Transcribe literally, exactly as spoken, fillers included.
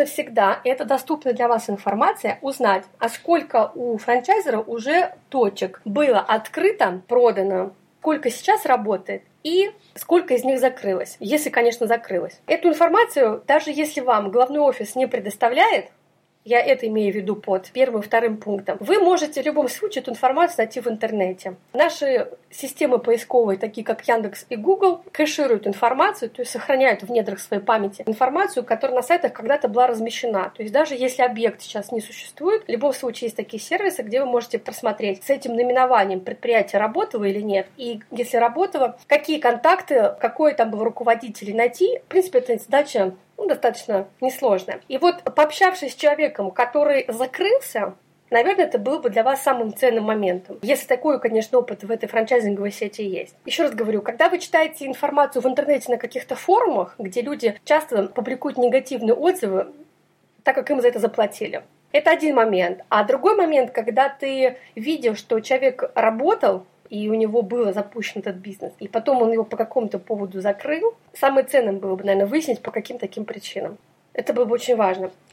всегда, это доступна для вас информация, узнать, а сколько у франчайзера уже точек было открыто, продано, сколько сейчас работает и сколько из них закрылось, если, конечно, закрылось. Эту информацию, даже если вам главный офис не предоставляет, я это имею в виду под первым и вторым пунктом, вы можете в любом случае эту информацию найти в интернете. Наши системы поисковые, такие как Яндекс и Google, кэшируют информацию, то есть сохраняют в недрах своей памяти информацию, которая на сайтах когда-то была размещена. То есть даже если объект сейчас не существует, в любом случае есть такие сервисы, где вы можете просмотреть, с этим наименованием предприятие работало или нет. И если работало, какие контакты, какой там был руководитель, найти. В принципе, это задача ну, достаточно несложная. И вот пообщавшись с человеком, который закрылся, наверное, это было бы для вас самым ценным моментом. Если такой, конечно, опыт в этой франчайзинговой сети есть. Еще раз говорю, когда вы читаете информацию в интернете на каких-то форумах, где люди часто публикуют негативные отзывы, так как им за это заплатили. Это один момент. А другой момент, когда ты видел, что человек работал, и у него был запущен этот бизнес, и потом он его по какому-то поводу закрыл, самое ценное было бы, наверное, выяснить, по каким таким причинам. Это было бы очень важно.